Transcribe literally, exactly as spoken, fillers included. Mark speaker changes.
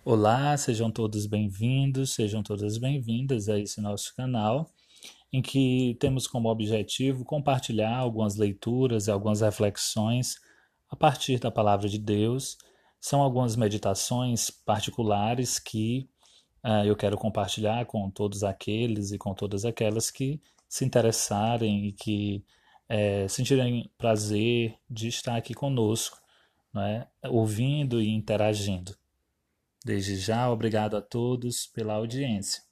Speaker 1: Olá, sejam todos bem-vindos, sejam todas bem-vindas a esse nosso canal, em que temos como objetivo compartilhar algumas leituras e algumas reflexões a partir da Palavra de Deus. São algumas meditações particulares que ah, eu quero compartilhar com todos aqueles e com todas aquelas que se interessarem e que eh, sentirem prazer de estar aqui conosco, não é? Ouvindo e interagindo. Desde já, obrigado a todos pela audiência.